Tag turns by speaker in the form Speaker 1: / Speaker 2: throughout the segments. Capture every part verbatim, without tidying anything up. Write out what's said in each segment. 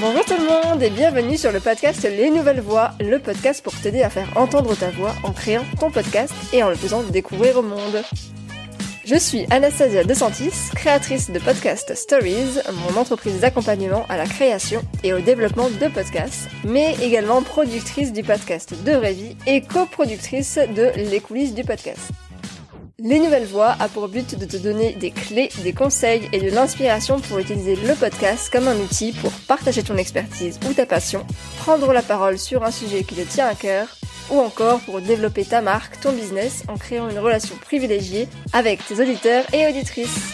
Speaker 1: Bonjour tout le monde et bienvenue sur le podcast Les Nouvelles Voix, le podcast pour t'aider à faire entendre ta voix en créant ton podcast et en le faisant découvrir au monde. Je suis Anastasia De Santis, créatrice de Podcast Stories, mon entreprise d'accompagnement à la création et au développement de podcasts, mais également productrice du podcast De Vraie Vie et coproductrice de Les Coulisses du podcast. Les Nouvelles Voix a pour but de te donner des clés, des conseils et de l'inspiration pour utiliser le podcast comme un outil pour partager ton expertise ou ta passion, prendre la parole sur un sujet qui te tient à cœur, ou encore pour développer ta marque, ton business en créant une relation privilégiée avec tes auditeurs et auditrices.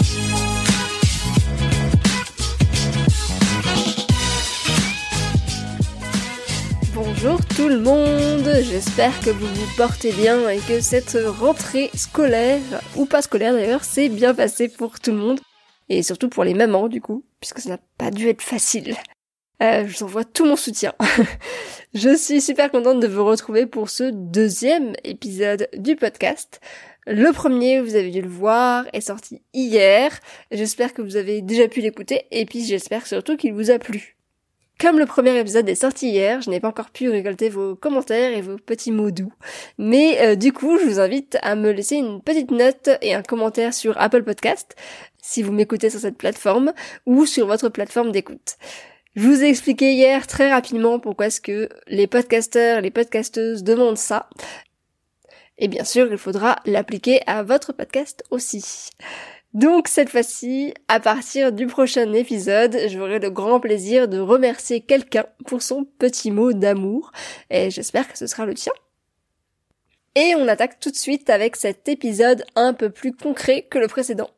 Speaker 1: Bonjour tout le monde, j'espère que vous vous portez bien et que cette rentrée scolaire, ou pas scolaire d'ailleurs, s'est bien passée pour tout le monde. Et surtout pour les mamans du coup, puisque ça n'a pas dû être facile. Euh, je vous envoie tout mon soutien. Je suis super contente de vous retrouver pour ce deuxième épisode du podcast. Le premier, vous avez dû le voir, est sorti hier. J'espère que vous avez déjà pu l'écouter et puis j'espère surtout qu'il vous a plu. Comme le premier épisode est sorti hier, je n'ai pas encore pu récolter vos commentaires et vos petits mots doux. Mais euh, du coup, je vous invite à me laisser une petite note et un commentaire sur Apple Podcast, si vous m'écoutez sur cette plateforme, ou sur votre plateforme d'écoute. Je vous ai expliqué hier très rapidement pourquoi est-ce que les podcasteurs, les podcasteuses demandent ça. Et bien sûr, il faudra l'appliquer à votre podcast aussi. Donc cette fois-ci, à partir du prochain épisode, j'aurai le grand plaisir de remercier quelqu'un pour son petit mot d'amour, et j'espère que ce sera le tien. Et on attaque tout de suite avec cet épisode un peu plus concret que le précédent.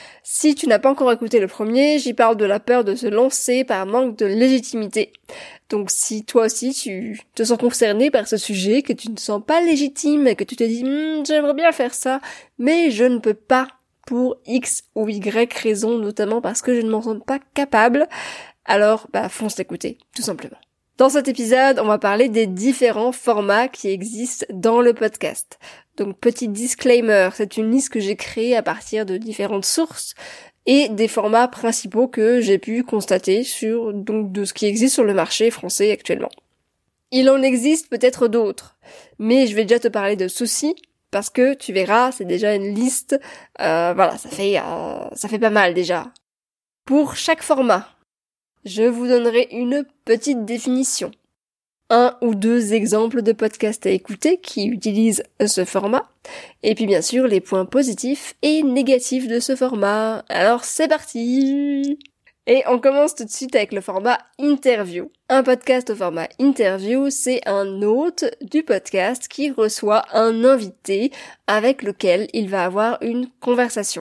Speaker 1: Si tu n'as pas encore écouté le premier, j'y parle de la peur de se lancer par manque de légitimité. Donc si toi aussi tu te sens concerné par ce sujet, que tu ne te sens pas légitime et que tu te dis hm, « j'aimerais bien faire ça, mais je ne peux pas », pour X ou Y raison, notamment parce que je ne m'en sens pas capable, alors bah fonce l'écouter, tout simplement. Dans cet épisode, on va parler des différents formats qui existent dans le podcast. Donc petit disclaimer, c'est une liste que j'ai créée à partir de différentes sources et des formats principaux que j'ai pu constater sur donc de ce qui existe sur le marché français actuellement. Il en existe peut-être d'autres, mais je vais déjà te parler de ceux-ci. Parce que tu verras, c'est déjà une liste, euh, voilà, ça fait, euh, ça fait pas mal déjà. Pour chaque format, je vous donnerai une petite définition. Un ou deux exemples de podcasts à écouter qui utilisent ce format. Et puis bien sûr, les points positifs et négatifs de ce format. Alors c'est parti! Et on commence tout de suite avec le format interview. Un podcast au format interview, c'est un hôte du podcast qui reçoit un invité avec lequel il va avoir une conversation.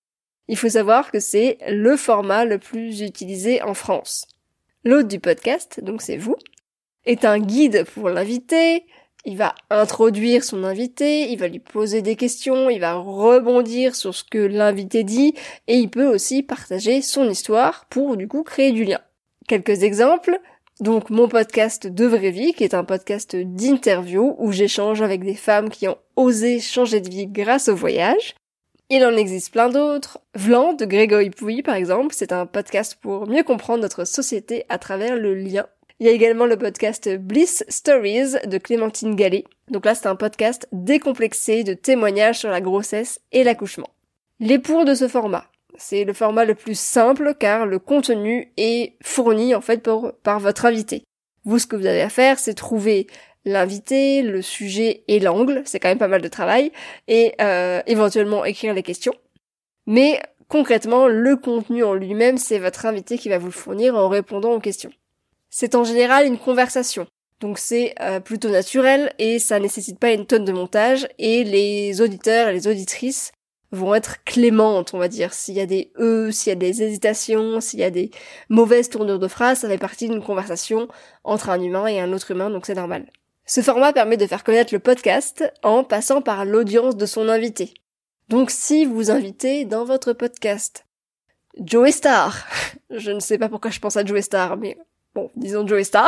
Speaker 1: Il faut savoir que c'est le format le plus utilisé en France. L'hôte du podcast, donc c'est vous, est un guide pour l'invité. Il va introduire son invité, il va lui poser des questions, il va rebondir sur ce que l'invité dit et il peut aussi partager son histoire pour du coup créer du lien. Quelques exemples, donc mon podcast De Vraie Vie qui est un podcast d'interview où j'échange avec des femmes qui ont osé changer de vie grâce au voyage. Il en existe plein d'autres. Vlan de Grégory Pouy par exemple, c'est un podcast pour mieux comprendre notre société à travers le lien. Il y a également le podcast Bliss Stories de Clémentine Gallet. Donc là, c'est un podcast décomplexé de témoignages sur la grossesse et l'accouchement. Les pour de ce format. C'est le format le plus simple car le contenu est fourni en fait pour, par votre invité. Vous, ce que vous avez à faire, c'est trouver l'invité, le sujet et l'angle. C'est quand même pas mal de travail. Et euh, éventuellement écrire les questions. Mais concrètement, le contenu en lui-même, c'est votre invité qui va vous le fournir en répondant aux questions. C'est en général une conversation, donc c'est euh, plutôt naturel et ça nécessite pas une tonne de montage et les auditeurs et les auditrices vont être clémentes, on va dire. S'il y a des E, s'il y a des hésitations, s'il y a des mauvaises tournures de phrases, ça fait partie d'une conversation entre un humain et un autre humain, donc c'est normal. Ce format permet de faire connaître le podcast en passant par l'audience de son invité. Donc si vous invitez dans votre podcast Joey Starr, je ne sais pas pourquoi je pense à Joey Starr, mais bon, disons Joey Starr,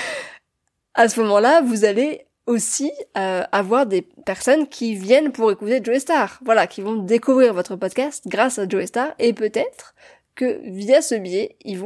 Speaker 1: à ce moment-là, vous allez aussi euh, avoir des personnes qui viennent pour écouter Joey Starr, voilà, qui vont découvrir votre podcast grâce à Joey Starr, et peut-être que via ce biais, ils vont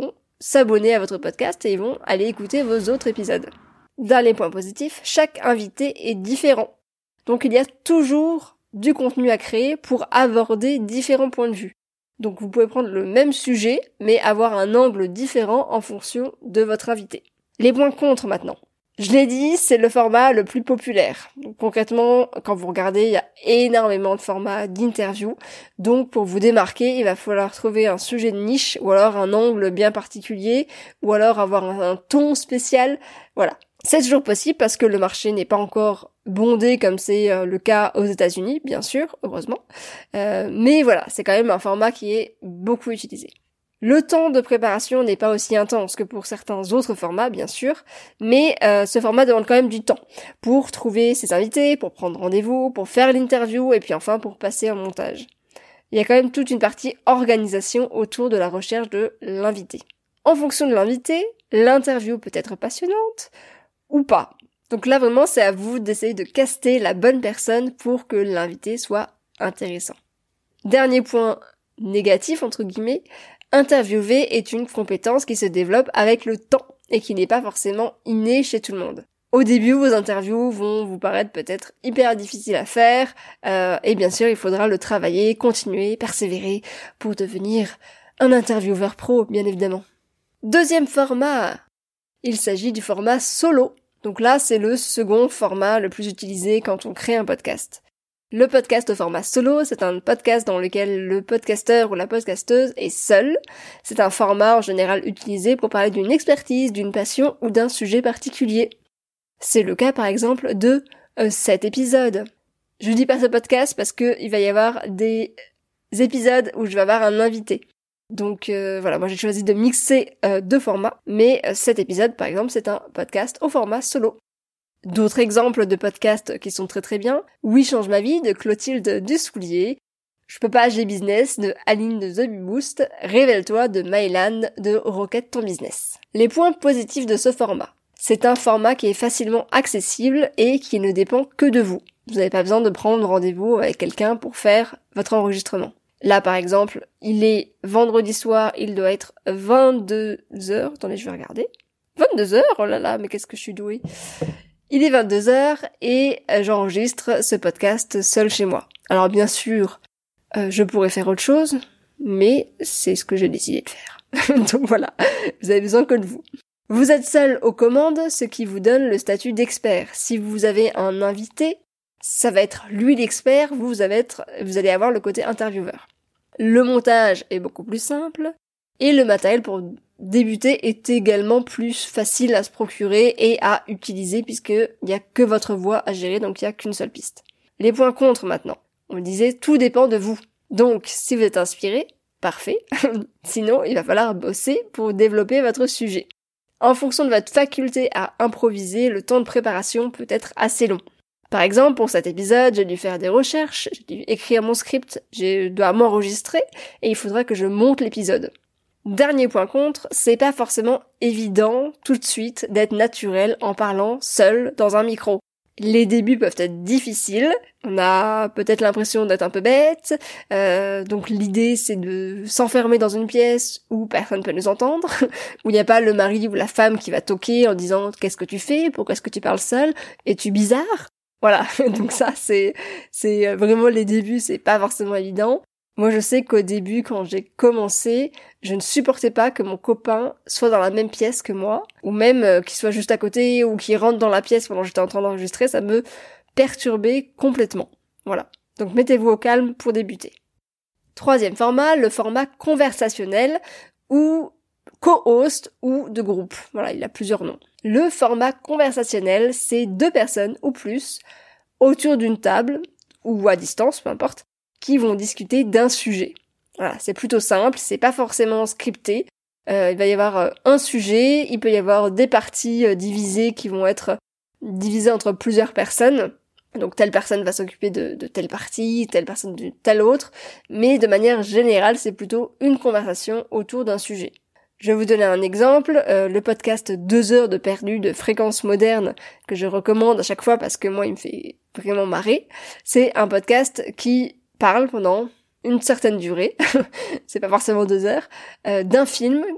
Speaker 1: s'abonner à votre podcast et ils vont aller écouter vos autres épisodes. Dernier point positif, chaque invité est différent. Donc il y a toujours du contenu à créer pour aborder différents points de vue. Donc vous pouvez prendre le même sujet, mais avoir un angle différent en fonction de votre invité. Les points contre maintenant. Je l'ai dit, c'est le format le plus populaire. Donc, concrètement, quand vous regardez, il y a énormément de formats d'interview. Donc pour vous démarquer, il va falloir trouver un sujet de niche, ou alors un angle bien particulier, ou alors avoir un, un ton spécial. Voilà. C'est toujours possible parce que le marché n'est pas encore bondé comme c'est euh, le cas aux États-Unis, bien sûr, heureusement. Euh, mais voilà, c'est quand même un format qui est beaucoup utilisé. Le temps de préparation n'est pas aussi intense que pour certains autres formats, bien sûr, mais euh, ce format demande quand même du temps pour trouver ses invités, pour prendre rendez-vous, pour faire l'interview et puis enfin pour passer en montage. Il y a quand même toute une partie organisation autour de la recherche de l'invité. En fonction de l'invité, l'interview peut être passionnante ou pas. Donc là vraiment c'est à vous d'essayer de caster la bonne personne pour que l'invité soit intéressant. Dernier point négatif entre guillemets, interviewer est une compétence qui se développe avec le temps et qui n'est pas forcément innée chez tout le monde. Au début, vos interviews vont vous paraître peut-être hyper difficiles à faire euh, et bien sûr, il faudra le travailler, continuer, persévérer pour devenir un intervieweur pro, bien évidemment. Deuxième format, il s'agit du format solo. Donc là, c'est le second format le plus utilisé quand on crée un podcast. Le podcast au format solo, c'est un podcast dans lequel le podcasteur ou la podcasteuse est seul. C'est un format en général utilisé pour parler d'une expertise, d'une passion ou d'un sujet particulier. C'est le cas par exemple de euh, cet épisode. Je dis pas ce podcast parce que il va y avoir des épisodes où je vais avoir un invité. Donc euh, voilà, moi j'ai choisi de mixer euh, deux formats, mais euh, cet épisode par exemple c'est un podcast au format solo. D'autres exemples de podcasts qui sont très très bien. Oui, change ma vie de Clotilde Dusoulier. Je peux pas, j'ai business de Aline de The Boost. Révèle-toi de Maëlan de Rocket ton business. Les points positifs de ce format. C'est un format qui est facilement accessible et qui ne dépend que de vous. Vous n'avez pas besoin de prendre rendez-vous avec quelqu'un pour faire votre enregistrement. Là, par exemple, il est vendredi soir, il doit être vingt-deux heures. Attendez, je vais regarder. vingt-deux heures? Oh là là, mais qu'est-ce que je suis douée. Il est vingt-deux heures et j'enregistre ce podcast seul chez moi. Alors bien sûr, euh, je pourrais faire autre chose, mais c'est ce que j'ai décidé de faire. Donc voilà, vous avez besoin que de vous. Vous êtes seul aux commandes, ce qui vous donne le statut d'expert. Si vous avez un invité, ça va être lui l'expert, vous, vous, avez être, vous allez avoir le côté intervieweur. Le montage est beaucoup plus simple et le matériel pour débuter est également plus facile à se procurer et à utiliser puisqu'il n'y a que votre voix à gérer, donc il n'y a qu'une seule piste. Les points contre maintenant. On le disait, tout dépend de vous. Donc, si vous êtes inspiré, parfait. Sinon, il va falloir bosser pour développer votre sujet. En fonction de votre faculté à improviser, le temps de préparation peut être assez long. Par exemple, pour cet épisode, j'ai dû faire des recherches, j'ai dû écrire mon script, je dois m'enregistrer et il faudra que je monte l'épisode. Dernier point contre, c'est pas forcément évident tout de suite d'être naturel en parlant seul dans un micro. Les débuts peuvent être difficiles, on a peut-être l'impression d'être un peu bête, euh, donc l'idée c'est de s'enfermer dans une pièce où personne ne peut nous entendre, où il n'y a pas le mari ou la femme qui va toquer en disant « Qu'est-ce que tu fais ? Pourquoi est-ce que tu parles seul ? Es-tu bizarre ?» Voilà, donc ça c'est c'est vraiment les débuts, c'est pas forcément évident. Moi, je sais qu'au début, quand j'ai commencé, je ne supportais pas que mon copain soit dans la même pièce que moi, ou même euh, qu'il soit juste à côté, ou qu'il rentre dans la pièce pendant que j'étais en train d'enregistrer, ça me perturbait complètement. Voilà. Donc, mettez-vous au calme pour débuter. Troisième format, le format conversationnel, ou co-host, ou de groupe. Voilà, il a plusieurs noms. Le format conversationnel, c'est deux personnes ou plus, autour d'une table, ou à distance, peu importe, qui vont discuter d'un sujet. Voilà, c'est plutôt simple, c'est pas forcément scripté. Euh, il va y avoir euh, un sujet, il peut y avoir des parties euh, divisées qui vont être divisées entre plusieurs personnes. Donc telle personne va s'occuper de, de telle partie, telle personne de telle autre, mais de manière générale, c'est plutôt une conversation autour d'un sujet. Je vais vous donner un exemple, euh, le podcast deux heures de perdu de Fréquence Moderne, que je recommande à chaque fois parce que moi il me fait vraiment marrer. C'est un podcast qui parle pendant une certaine durée, c'est pas forcément deux heures, euh, d'un film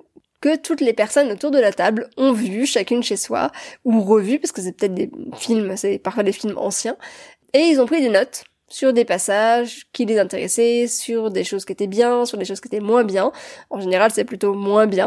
Speaker 1: que toutes les personnes autour de la table ont vu, chacune chez soi, ou revu, parce que c'est peut-être des films, c'est parfois des films anciens, et ils ont pris des notes sur des passages qui les intéressaient, sur des choses qui étaient bien, sur des choses qui étaient moins bien. En général, c'est plutôt moins bien.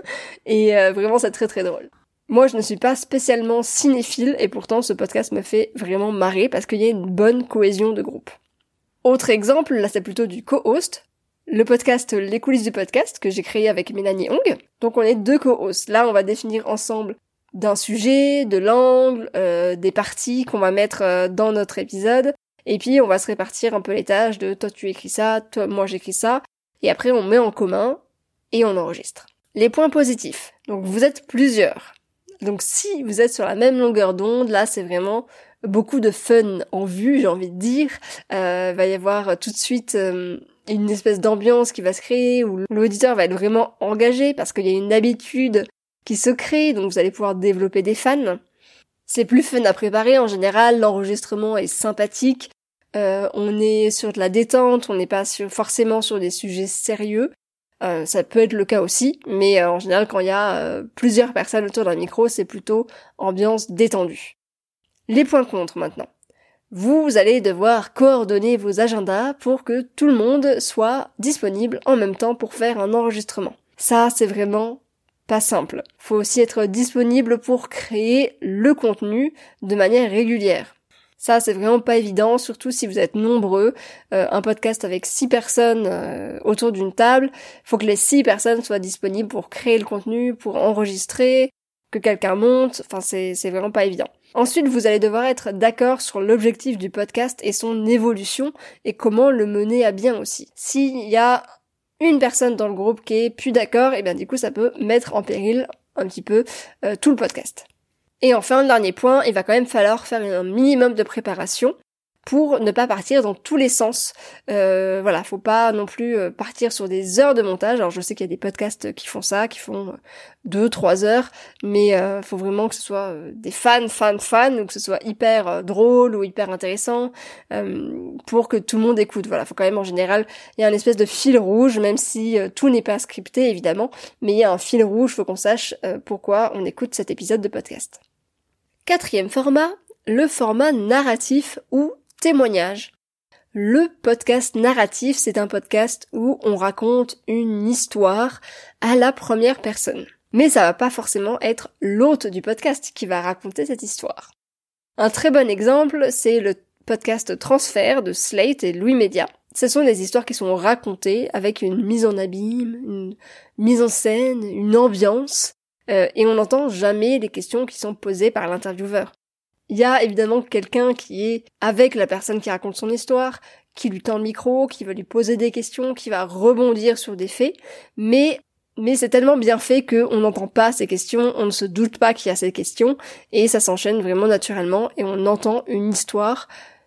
Speaker 1: Et euh, vraiment, c'est très très drôle. Moi, je ne suis pas spécialement cinéphile, et pourtant, ce podcast me fait vraiment marrer, parce qu'il y a une bonne cohésion de groupe. Autre exemple, là c'est plutôt du co-host, le podcast Les coulisses du podcast, que j'ai créé avec Mélanie Hong. Donc on est deux co-hosts. Là, on va définir ensemble d'un sujet, de l'angle, euh, des parties qu'on va mettre euh, dans notre épisode, et puis on va se répartir un peu les tâches de toi tu écris ça, toi moi j'écris ça, et après on met en commun et on enregistre. Les points positifs. Donc vous êtes plusieurs. Donc si vous êtes sur la même longueur d'onde, là c'est vraiment beaucoup de fun en vue, j'ai envie de dire. Euh, va y avoir tout de suite euh, une espèce d'ambiance qui va se créer où l'auditeur va être vraiment engagé parce qu'il y a une habitude qui se crée, donc vous allez pouvoir développer des fans. C'est plus fun à préparer en général, l'enregistrement est sympathique, euh, on est sur de la détente, on n'est pas sur, forcément sur des sujets sérieux, euh, ça peut être le cas aussi, mais euh, en général quand il y a euh, plusieurs personnes autour d'un micro, c'est plutôt ambiance détendue. Les points contre maintenant. Vous allez devoir coordonner vos agendas pour que tout le monde soit disponible en même temps pour faire un enregistrement. Ça, c'est vraiment pas simple. Faut aussi être disponible pour créer le contenu de manière régulière. Ça, c'est vraiment pas évident, surtout si vous êtes nombreux. Euh, un podcast avec six personnes euh, autour d'une table, faut que les six personnes soient disponibles pour créer le contenu, pour enregistrer, que quelqu'un monte. Enfin, c'est, c'est vraiment pas évident. Ensuite, vous allez devoir être d'accord sur l'objectif du podcast et son évolution et comment le mener à bien aussi. S'il y a une personne dans le groupe qui est plus d'accord, et bien du coup ça peut mettre en péril un petit peu euh, tout le podcast. Et enfin, le dernier point, il va quand même falloir faire un minimum de préparation pour ne pas partir dans tous les sens. Euh, voilà, faut pas non plus partir sur des heures de montage. Alors je sais qu'il y a des podcasts qui font ça, qui font deux, trois heures, mais euh, faut vraiment que ce soit des fans, fans, fans, ou que ce soit hyper euh, drôle ou hyper intéressant euh, pour que tout le monde écoute. Voilà, faut quand même en général, il y a une espèce de fil rouge, même si euh, tout n'est pas scripté évidemment, mais il y a un fil rouge, faut qu'on sache euh, pourquoi on écoute cet épisode de podcast. Quatrième format, le format narratif ou témoignage. Le podcast narratif, c'est un podcast où on raconte une histoire à la première personne. Mais ça va pas forcément être l'hôte du podcast qui va raconter cette histoire. Un très bon exemple, c'est le podcast Transfert de Slate et Louis Média. Ce sont des histoires qui sont racontées avec une mise en abîme, une mise en scène, une ambiance, euh, et on n'entend jamais les questions qui sont posées par l'intervieweur. Il y a évidemment quelqu'un qui est avec la personne qui raconte son histoire, qui lui tend le micro, qui va lui poser des questions, qui va rebondir sur des faits, mais mais c'est tellement bien fait qu'on n'entend pas ces questions, on ne se doute pas qu'il y a ces questions, et ça s'enchaîne vraiment naturellement, et on entend une histoire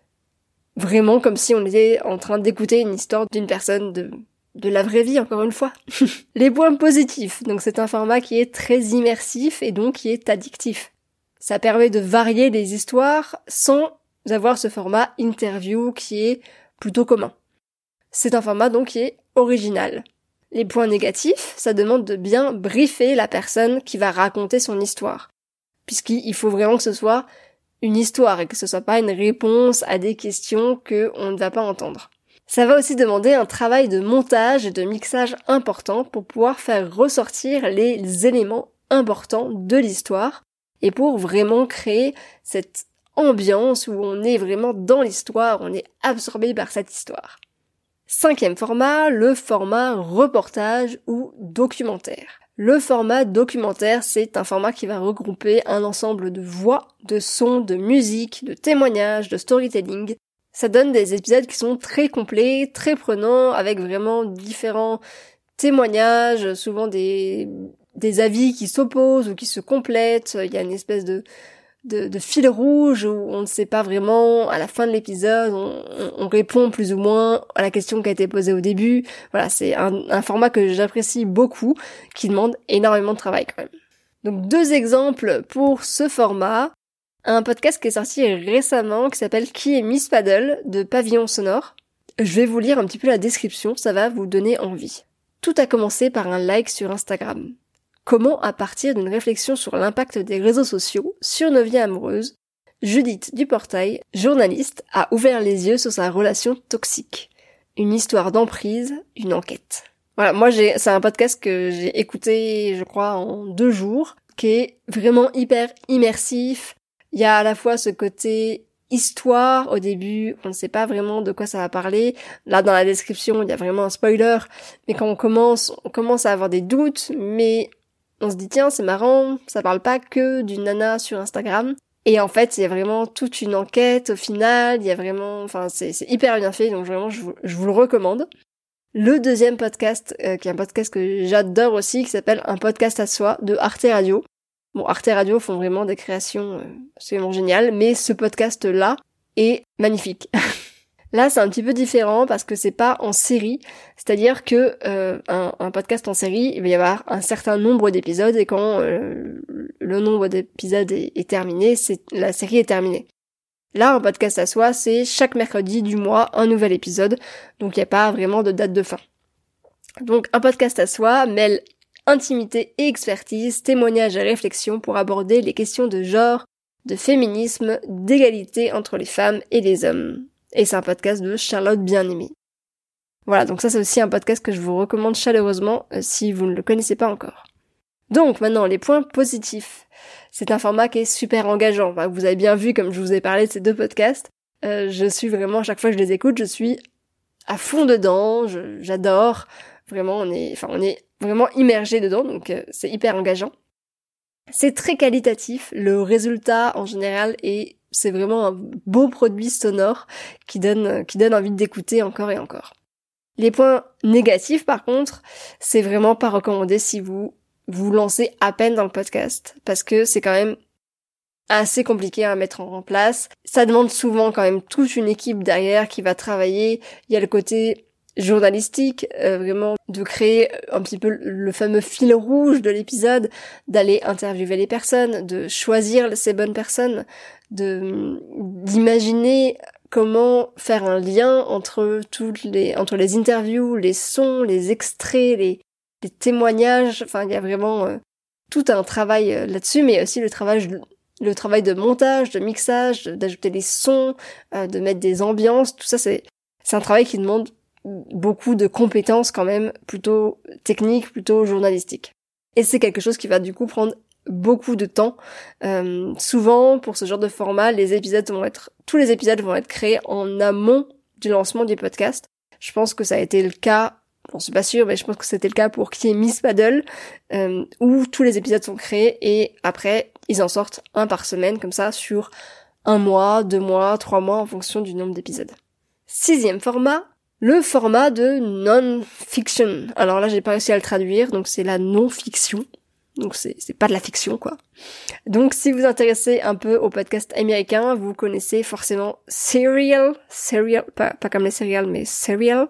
Speaker 1: vraiment comme si on était en train d'écouter une histoire d'une personne de de la vraie vie, encore une fois. Les points positifs, donc c'est un format qui est très immersif et donc qui est addictif. Ça permet de varier les histoires sans avoir ce format interview qui est plutôt commun. C'est un format donc qui est original. Les points négatifs, ça demande de bien briefer la personne qui va raconter son histoire. Puisqu'il faut vraiment que ce soit une histoire et que ce soit pas une réponse à des questions qu'on ne va pas entendre. Ça va aussi demander un travail de montage et de mixage important pour pouvoir faire ressortir les éléments importants de l'histoire et pour vraiment créer cette ambiance où on est vraiment dans l'histoire, on est absorbé par cette histoire. Cinquième format, le format reportage ou documentaire. Le format documentaire, c'est un format qui va regrouper un ensemble de voix, de sons, de musique, de témoignages, de storytelling. Ça donne des épisodes qui sont très complets, très prenants, avec vraiment différents témoignages, souvent des... des avis qui s'opposent ou qui se complètent. Il y a une espèce de, de, de fil rouge où on ne sait pas vraiment, à la fin de l'épisode, on, on répond plus ou moins à la question qui a été posée au début. Voilà, c'est un, un format que j'apprécie beaucoup, qui demande énormément de travail quand même. Donc deux exemples pour ce format. Un podcast qui est sorti récemment, qui s'appelle Qui est Miss Paddle, de Pavillon Sonore. Je vais vous lire un petit peu la description, ça va vous donner envie. Tout a commencé par un like sur Instagram. comment, à partir d'une réflexion sur l'impact des réseaux sociaux sur nos vies amoureuses, Judith Duportail, journaliste, a ouvert les yeux sur sa relation toxique. Une histoire d'emprise, une enquête. Voilà, moi j'ai, c'est un podcast que j'ai écouté, je crois, en deux jours, qui est vraiment hyper immersif. Il y a à la fois ce côté histoire, au début, on ne sait pas vraiment de quoi ça va parler. Là, dans la description, il y a vraiment un spoiler, mais quand on commence, on commence à avoir des doutes, mais on se dit, tiens, c'est marrant, ça parle pas que d'une nana sur Instagram. Et en fait, il y a vraiment toute une enquête au final, il y a vraiment, enfin, c'est, c'est hyper bien fait, donc vraiment, je vous, je vous le recommande. Le deuxième podcast, euh, qui est un podcast que j'adore aussi, qui s'appelle Un podcast à soi, de Arte Radio. Bon, Arte Radio font vraiment des créations euh, absolument géniales, mais ce podcast-là est magnifique. Là, c'est un petit peu différent parce que c'est pas en série, c'est-à-dire que euh, un, un podcast en série, il va y avoir un certain nombre d'épisodes et quand euh, le nombre d'épisodes est, est terminé, c'est la série est terminée. Là, un podcast à soi, c'est chaque mercredi du mois un nouvel épisode, donc il n'y a pas vraiment de date de fin. Donc un podcast à soi mêle intimité et expertise, témoignage et réflexion pour aborder les questions de genre, de féminisme, d'égalité entre les femmes et les hommes. Et c'est un podcast de Charlotte Bien-Aimée. Voilà, donc ça c'est aussi un podcast que je vous recommande chaleureusement euh, si vous ne le connaissez pas encore. Donc maintenant, les points positifs. C'est un format qui est super engageant. Enfin, vous avez bien vu, comme je vous ai parlé de ces deux podcasts, euh, je suis vraiment, à chaque fois que je les écoute, je suis à fond dedans, je, j'adore. Vraiment, on est, enfin, on est vraiment immergé dedans, donc euh, c'est hyper engageant. C'est très qualitatif, le résultat en général est, c'est vraiment un beau produit sonore qui donne, qui donne envie d'écouter encore et encore. Les points négatifs par contre, c'est vraiment pas recommandé si vous vous lancez à peine dans le podcast, parce que c'est quand même assez compliqué à mettre en place. Ça demande souvent quand même toute une équipe derrière qui va travailler. Il y a le côté journalistique, euh, vraiment de créer un petit peu le fameux fil rouge de l'épisode, d'aller interviewer les personnes, de choisir ces bonnes personnes, de d'imaginer comment faire un lien entre toutes les entre les interviews, les sons, les extraits, les les témoignages. Enfin, il y a vraiment euh, tout un travail euh, là-dessus, mais aussi le travail le travail de montage, de mixage, d'ajouter des sons, euh, de mettre des ambiances. Tout ça, c'est c'est un travail qui demande beaucoup de compétences quand même, plutôt techniques, plutôt journalistiques. Et c'est quelque chose qui va du coup prendre beaucoup de temps. Euh, souvent, pour ce genre de format, les épisodes vont être, tous les épisodes vont être créés en amont du lancement du podcast. Je pense que ça a été le cas, j'en suis pas sûre, mais je pense que c'était le cas pour qui est Miss Paddle, euh, où tous les épisodes sont créés et après, ils en sortent un par semaine, comme ça, sur un mois, deux mois, trois mois, en fonction du nombre d'épisodes. Sixième format, le format de non-fiction. Alors là, j'ai pas réussi à le traduire, donc c'est la non-fiction. Donc c'est, c'est pas de la fiction, quoi. Donc si vous vous intéressez un peu au podcast américain, vous connaissez forcément Serial, Serial, pas, pas comme les céréales, mais Serial,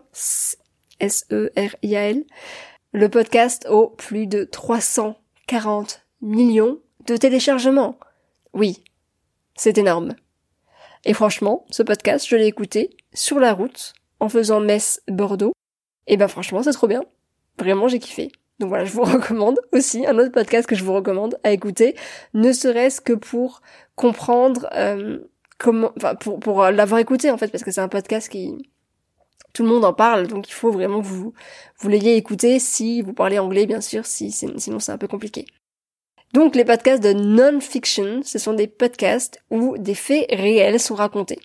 Speaker 1: S E R I A L. Le podcast aux plus de trois cent quarante millions de téléchargements. Oui, c'est énorme. Et franchement, ce podcast, je l'ai écouté sur la route, en faisant Metz-Bordeaux, et ben franchement c'est trop bien, vraiment j'ai kiffé. Donc voilà, je vous recommande aussi un autre podcast que je vous recommande à écouter, ne serait-ce que pour comprendre euh, comment, enfin pour pour l'avoir écouté en fait, parce que c'est un podcast qui tout le monde en parle, donc il faut vraiment que vous vous l'ayez écouté si vous parlez anglais bien sûr, si c'est, sinon c'est un peu compliqué. Donc les podcasts de non-fiction, ce sont des podcasts où des faits réels sont racontés.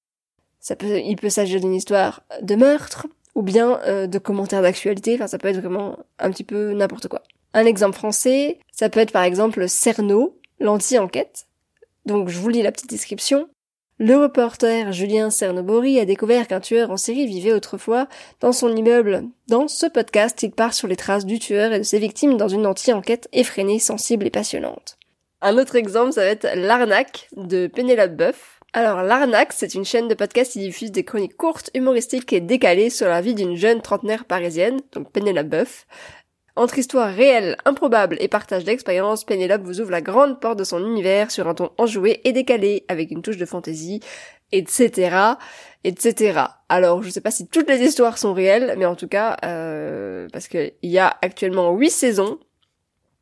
Speaker 1: Ça peut, il peut s'agir d'une histoire de meurtre, ou bien euh, de commentaires d'actualité, enfin ça peut être vraiment un petit peu n'importe quoi. Un exemple français, ça peut être par exemple Cerno, l'anti-enquête. Donc je vous lis la petite description. Le reporter Julien Cernobori a découvert qu'un tueur en série vivait autrefois dans son immeuble. Dans ce podcast, il part sur les traces du tueur et de ses victimes dans une anti-enquête effrénée, sensible et passionnante. Un autre exemple, ça va être L'Arnaque de Pénélope Boeuf. Alors, L'Arnaque, c'est une chaîne de podcast qui diffuse des chroniques courtes, humoristiques et décalées sur la vie d'une jeune trentenaire parisienne, donc Pénélope Boeuf. Entre histoires réelles, improbables et partage d'expériences, Pénélope vous ouvre la grande porte de son univers sur un ton enjoué et décalé, avec une touche de fantaisie, et cetera, et cetera. Alors, je sais pas si toutes les histoires sont réelles, mais en tout cas, euh, parce que il y a actuellement huit saisons,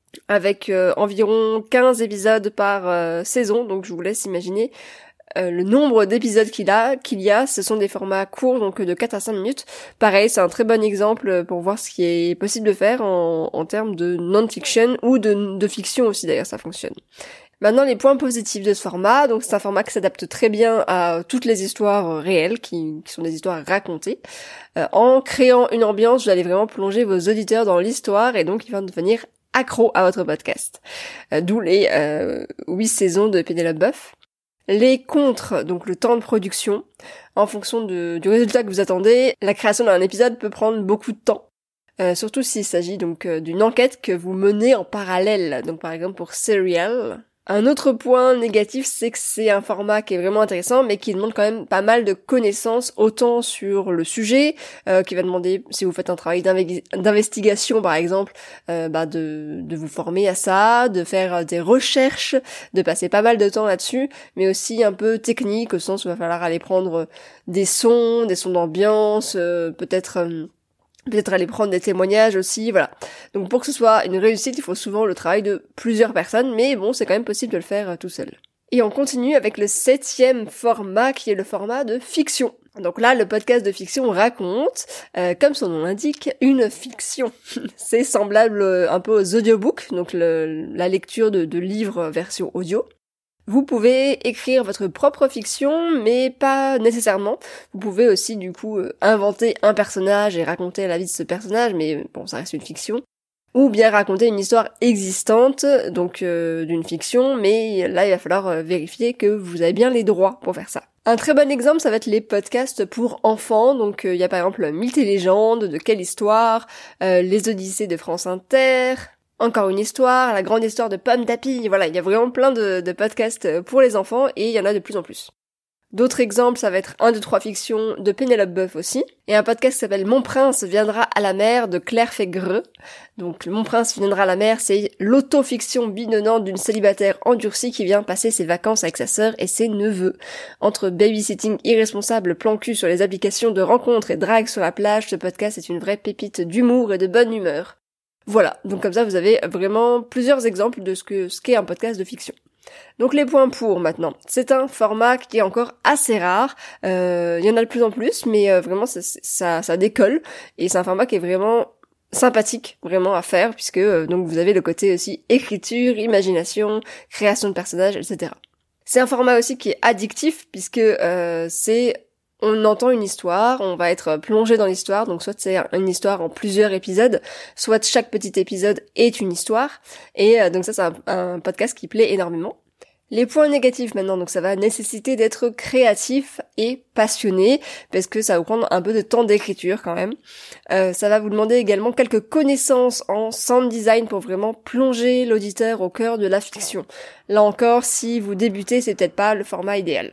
Speaker 1: avec euh, environ quinze épisodes par euh, saison, donc je vous laisse imaginer euh, le nombre d'épisodes qu'il a, qu'il y a. Ce sont des formats courts, donc de quatre à cinq minutes. Pareil, c'est un très bon exemple pour voir ce qui est possible de faire en, en termes de non-fiction ou de, de fiction aussi, d'ailleurs, ça fonctionne. Maintenant, les points positifs de ce format, donc c'est un format qui s'adapte très bien à toutes les histoires réelles, qui, qui sont des histoires racontées. Euh, en créant une ambiance, vous allez vraiment plonger vos auditeurs dans l'histoire et donc ils vont devenir accros à votre podcast. Euh, d'où les euh, huit saisons de Penelope Buff. Les contres, donc le temps de production, en fonction de, du résultat que vous attendez, la création d'un épisode peut prendre beaucoup de temps. Euh, surtout s'il s'agit donc euh, d'une enquête que vous menez en parallèle. Donc par exemple pour Serial. Un autre point négatif, c'est que c'est un format qui est vraiment intéressant, mais qui demande quand même pas mal de connaissances, autant sur le sujet, euh, qui va demander, si vous faites un travail d'inve- d'investigation par exemple, euh, bah de, de vous former à ça, de faire des recherches, de passer pas mal de temps là-dessus, mais aussi un peu technique, au sens où il va falloir aller prendre des sons, des sons d'ambiance, euh, peut-être... Euh, Peut-être aller prendre des témoignages aussi, voilà. Donc pour que ce soit une réussite, il faut souvent le travail de plusieurs personnes, mais bon, c'est quand même possible de le faire euh, tout seul. Et on continue avec le septième format, qui est le format de fiction. Donc là, le podcast de fiction raconte, euh, comme son nom l'indique, une fiction. C'est semblable euh, un peu aux audiobooks, donc le, la lecture de, de livres version audio. Vous pouvez écrire votre propre fiction, mais pas nécessairement. Vous pouvez aussi, du coup, euh, inventer un personnage et raconter la vie de ce personnage, mais bon, ça reste une fiction. Ou bien raconter une histoire existante, donc euh, d'une fiction, mais là, il va falloir euh, vérifier que vous avez bien les droits pour faire ça. Un très bon exemple, ça va être les podcasts pour enfants. Donc, il euh, y a par exemple Mythes et légendes, de Quelle histoire, euh, Les Odyssées de France Inter... Encore une histoire, la grande histoire de Pomme d'Api, voilà, il y a vraiment plein de, de podcasts pour les enfants et il y en a de plus en plus. D'autres exemples, ça va être un, deux, trois fictions de Penelope Buff aussi, et un podcast qui s'appelle Mon Prince viendra à la mer de Claire Fégreux. Donc Mon Prince viendra à la mer, c'est l'autofiction bidonnante d'une célibataire endurcie qui vient passer ses vacances avec sa sœur et ses neveux. Entre babysitting irresponsable, plan cul sur les applications de rencontres et drague sur la plage, ce podcast est une vraie pépite d'humour et de bonne humeur. Voilà, donc comme ça vous avez vraiment plusieurs exemples de ce que ce qu'est un podcast de fiction. Donc les points pour maintenant. C'est un format qui est encore assez rare, euh, il y en a de plus en plus, mais euh, vraiment ça, ça, ça décolle, et c'est un format qui est vraiment sympathique vraiment à faire, puisque euh, donc vous avez le côté aussi écriture, imagination, création de personnages, et cetera. C'est un format aussi qui est addictif, puisque euh, c'est... On entend une histoire, on va être plongé dans l'histoire, donc soit c'est une histoire en plusieurs épisodes, soit chaque petit épisode est une histoire, et euh, donc ça c'est un, un podcast qui plaît énormément. Les points négatifs maintenant, donc ça va nécessiter d'être créatif et passionné, parce que ça va vous prendre un peu de temps d'écriture quand même. Euh, ça va vous demander également quelques connaissances en sound design pour vraiment plonger l'auditeur au cœur de la fiction. Là encore, si vous débutez, c'est peut-être pas le format idéal.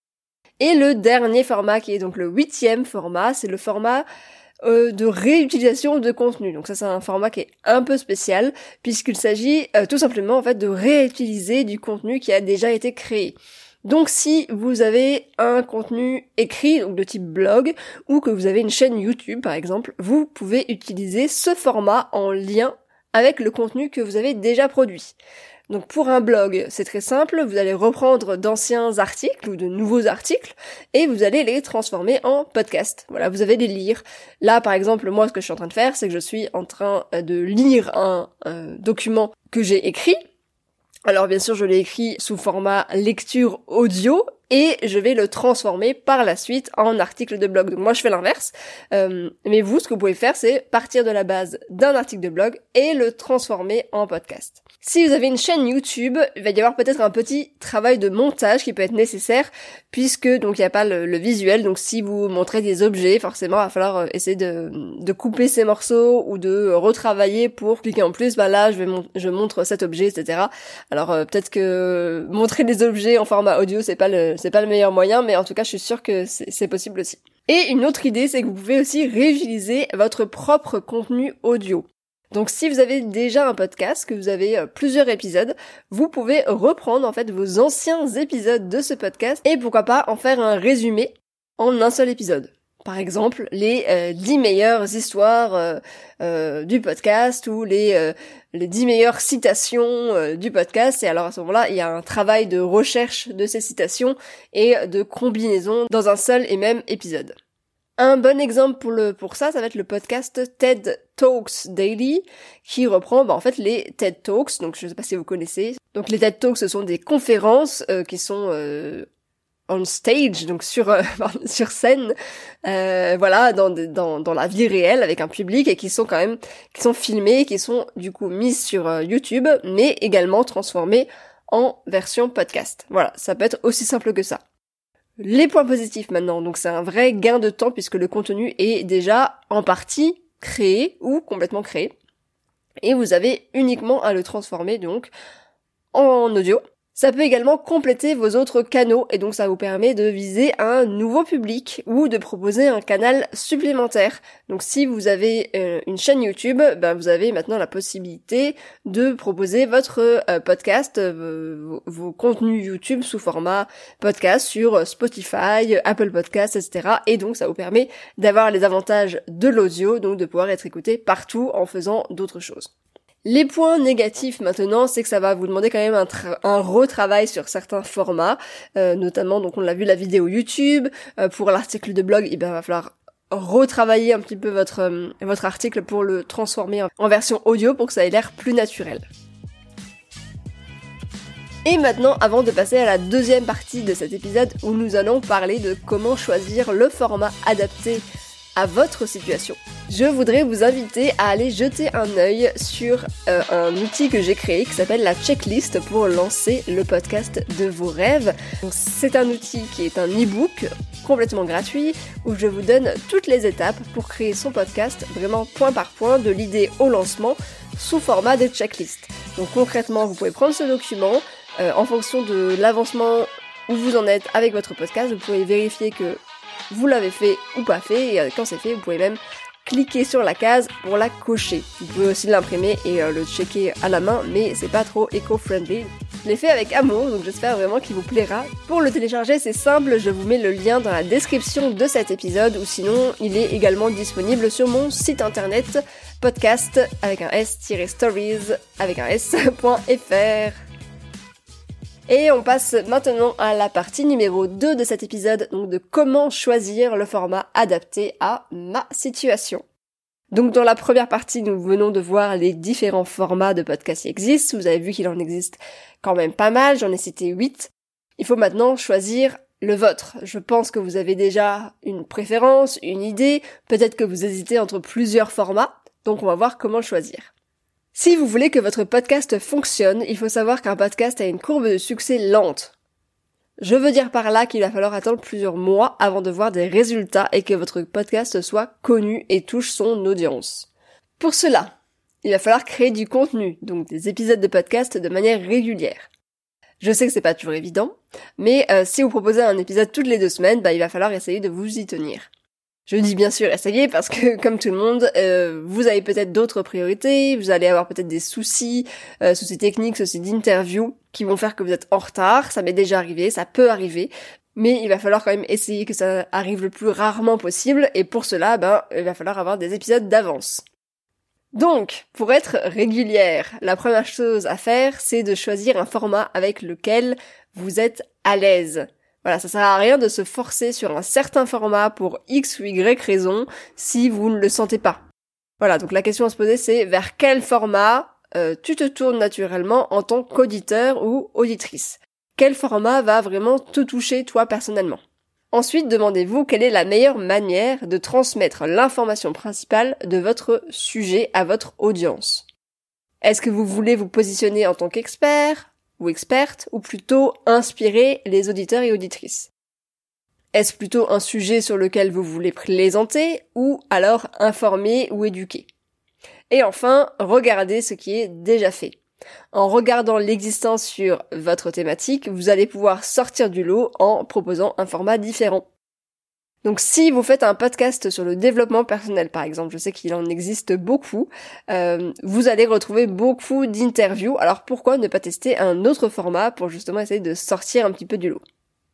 Speaker 1: Et le dernier format, qui est donc le huitième format, c'est le format euh, de réutilisation de contenu. Donc ça, c'est un format qui est un peu spécial, puisqu'il s'agit euh, tout simplement en fait de réutiliser du contenu qui a déjà été créé. Donc si vous avez un contenu écrit, donc de type blog, ou que vous avez une chaîne YouTube par exemple, vous pouvez utiliser ce format en lien avec le contenu que vous avez déjà produit. Donc pour un blog, c'est très simple, vous allez reprendre d'anciens articles ou de nouveaux articles et vous allez les transformer en podcast. Voilà, vous allez les lire. Là par exemple, moi ce que je suis en train de faire, c'est que je suis en train de lire un, un document que j'ai écrit. Alors bien sûr, je l'ai écrit sous format lecture audio et je vais le transformer par la suite en article de blog. Donc moi je fais l'inverse, euh, mais vous ce que vous pouvez faire, c'est partir de la base d'un article de blog et le transformer en podcast. Si vous avez une chaîne YouTube, il va y avoir peut-être un petit travail de montage qui peut être nécessaire, puisque donc il n'y a pas le, le visuel, donc si vous montrez des objets, forcément il va falloir essayer de, de couper ces morceaux ou de retravailler pour cliquer en plus, bah là je vais mon- je montre cet objet, et cetera. Alors euh, peut-être que montrer des objets en format audio c'est pas le c'est pas le meilleur moyen, mais en tout cas je suis sûre que c'est, c'est possible aussi. Et une autre idée, c'est que vous pouvez aussi réutiliser votre propre contenu audio. Donc si vous avez déjà un podcast, que vous avez euh, plusieurs épisodes, vous pouvez reprendre en fait vos anciens épisodes de ce podcast et pourquoi pas en faire un résumé en un seul épisode. Par exemple, les euh, dix meilleures histoires euh, euh, du podcast ou les euh, les dix meilleures citations euh, du podcast. Et alors à ce moment-là, il y a un travail de recherche de ces citations et de combinaison dans un seul et même épisode. Un bon exemple pour le pour ça, ça va être le podcast TED Talks Daily, qui reprend bah, en fait les TED Talks. Donc je sais pas si vous connaissez. Donc les TED Talks, ce sont des conférences euh, qui sont euh, on stage, donc sur euh, sur scène, euh, voilà, dans, dans dans la vie réelle avec un public et qui sont quand même qui sont filmés, qui sont du coup mises sur euh, YouTube, mais également transformées en version podcast. Voilà, ça peut être aussi simple que ça. Les points positifs maintenant, donc c'est un vrai gain de temps puisque le contenu est déjà en partie créé ou complètement créé, et vous avez uniquement à le transformer donc en audio. Ça peut également compléter vos autres canaux et donc ça vous permet de viser un nouveau public ou de proposer un canal supplémentaire. Donc si vous avez euh, une chaîne YouTube, ben vous avez maintenant la possibilité de proposer votre euh, podcast, euh, vos, vos contenus YouTube sous format podcast sur Spotify, Apple Podcasts, et cetera. Et donc ça vous permet d'avoir les avantages de l'audio, donc de pouvoir être écouté partout en faisant d'autres choses. Les points négatifs maintenant, c'est que ça va vous demander quand même un, tra- un retravail sur certains formats, euh, notamment donc on l'a vu la vidéo YouTube, euh, pour l'article de blog, il va falloir retravailler un petit peu votre euh, votre article pour le transformer en, en version audio pour que ça ait l'air plus naturel. Et maintenant, avant de passer à la deuxième partie de cet épisode où nous allons parler de comment choisir le format adapté à votre situation, je voudrais vous inviter à aller jeter un œil sur euh, un outil que j'ai créé qui s'appelle la checklist pour lancer le podcast de vos rêves. Donc, c'est un outil qui est un e-book complètement gratuit où je vous donne toutes les étapes pour créer son podcast vraiment point par point de l'idée au lancement sous format de checklist. Donc concrètement, vous pouvez prendre ce document euh, en fonction de l'avancement où vous en êtes avec votre podcast, vous pouvez vérifier que vous l'avez fait ou pas fait, et quand c'est fait, vous pouvez même cliquer sur la case pour la cocher. Vous pouvez aussi l'imprimer et euh, le checker à la main, mais c'est pas trop éco-friendly. Je l'ai fait avec amour, donc j'espère vraiment qu'il vous plaira. Pour le télécharger, c'est simple, je vous mets le lien dans la description de cet épisode, ou sinon, il est également disponible sur mon site internet podcast avec un s-stories avec un s.fr. Et on passe maintenant à la partie numéro deux de cet épisode, donc de comment choisir le format adapté à ma situation. Donc dans la première partie, nous venons de voir les différents formats de podcasts qui existent. Vous avez vu qu'il en existe quand même pas mal, j'en ai cité huit. Il faut maintenant choisir le vôtre. Je pense que vous avez déjà une préférence, une idée, peut-être que vous hésitez entre plusieurs formats, donc on va voir comment le choisir. Si vous voulez que votre podcast fonctionne, il faut savoir qu'un podcast a une courbe de succès lente. Je veux dire par là qu'il va falloir attendre plusieurs mois avant de voir des résultats et que votre podcast soit connu et touche son audience. Pour cela, il va falloir créer du contenu, donc des épisodes de podcast de manière régulière. Je sais que c'est pas toujours évident, mais euh, si vous proposez un épisode toutes les deux semaines, bah il va falloir essayer de vous y tenir. Je dis bien sûr essayer parce que, comme tout le monde, euh, vous avez peut-être d'autres priorités, vous allez avoir peut-être des soucis, euh, soucis techniques, soucis d'interview, qui vont faire que vous êtes en retard. Ça m'est déjà arrivé, ça peut arriver, mais il va falloir quand même essayer que ça arrive le plus rarement possible, et pour cela, ben, il va falloir avoir des épisodes d'avance. Donc, pour être régulière, la première chose à faire, c'est de choisir un format avec lequel vous êtes à l'aise. Voilà, ça sert à rien de se forcer sur un certain format pour X ou Y raison si vous ne le sentez pas. Voilà, donc la question à se poser, c'est vers quel format euh, tu te tournes naturellement en tant qu'auditeur ou auditrice. Quel format va vraiment te toucher toi personnellement? Ensuite, demandez-vous quelle est la meilleure manière de transmettre l'information principale de votre sujet à votre audience. Est-ce que vous voulez vous positionner en tant qu'expert ou experte, ou plutôt inspirer les auditeurs et auditrices? Est-ce plutôt un sujet sur lequel vous voulez plaisanter, ou alors informer ou éduquer? Et enfin, regardez ce qui est déjà fait. En regardant l'existence sur votre thématique, vous allez pouvoir sortir du lot en proposant un format différent. Donc si vous faites un podcast sur le développement personnel par exemple, je sais qu'il en existe beaucoup, euh, vous allez retrouver beaucoup d'interviews, alors pourquoi ne pas tester un autre format pour justement essayer de sortir un petit peu du lot?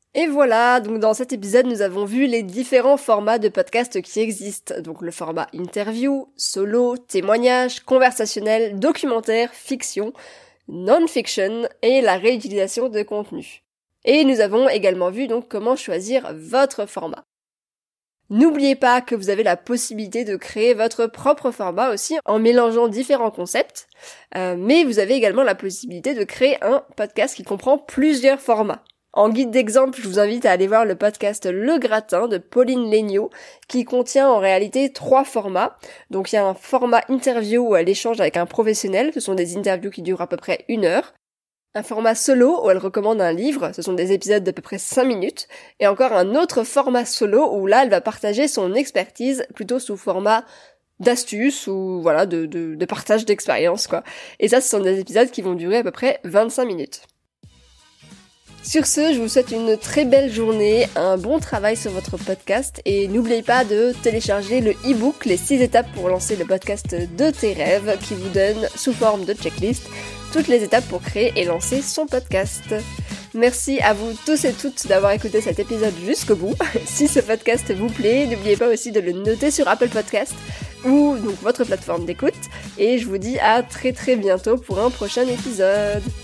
Speaker 1: Et voilà, donc dans cet épisode, nous avons vu les différents formats de podcast qui existent. Donc le format interview, solo, témoignage, conversationnel, documentaire, fiction, non-fiction et la réutilisation de contenu. Et nous avons également vu donc comment choisir votre format. N'oubliez pas que vous avez la possibilité de créer votre propre format aussi en mélangeant différents concepts, euh, mais vous avez également la possibilité de créer un podcast qui comprend plusieurs formats. En guide d'exemple, je vous invite à aller voir le podcast Le Gratin de Pauline Legnaud, qui contient en réalité trois formats. Donc il y a un format interview où elle échange avec un professionnel, ce sont des interviews qui durent à peu près une heure. Un format solo où elle recommande un livre, ce sont des épisodes d'à peu près cinq minutes. Et encore un autre format solo où là elle va partager son expertise plutôt sous format d'astuces ou voilà de, de, de partage d'expérience quoi. Et ça ce sont des épisodes qui vont durer à peu près vingt-cinq minutes. Sur ce, je vous souhaite une très belle journée, un bon travail sur votre podcast et n'oubliez pas de télécharger le e-book Les six étapes pour lancer le podcast de tes rêves qui vous donne sous forme de checklist toutes les étapes pour créer et lancer son podcast. Merci à vous tous et toutes d'avoir écouté cet épisode jusqu'au bout. Si ce podcast vous plaît, n'oubliez pas aussi de le noter sur Apple Podcast ou donc votre plateforme d'écoute et je vous dis à très très bientôt pour un prochain épisode.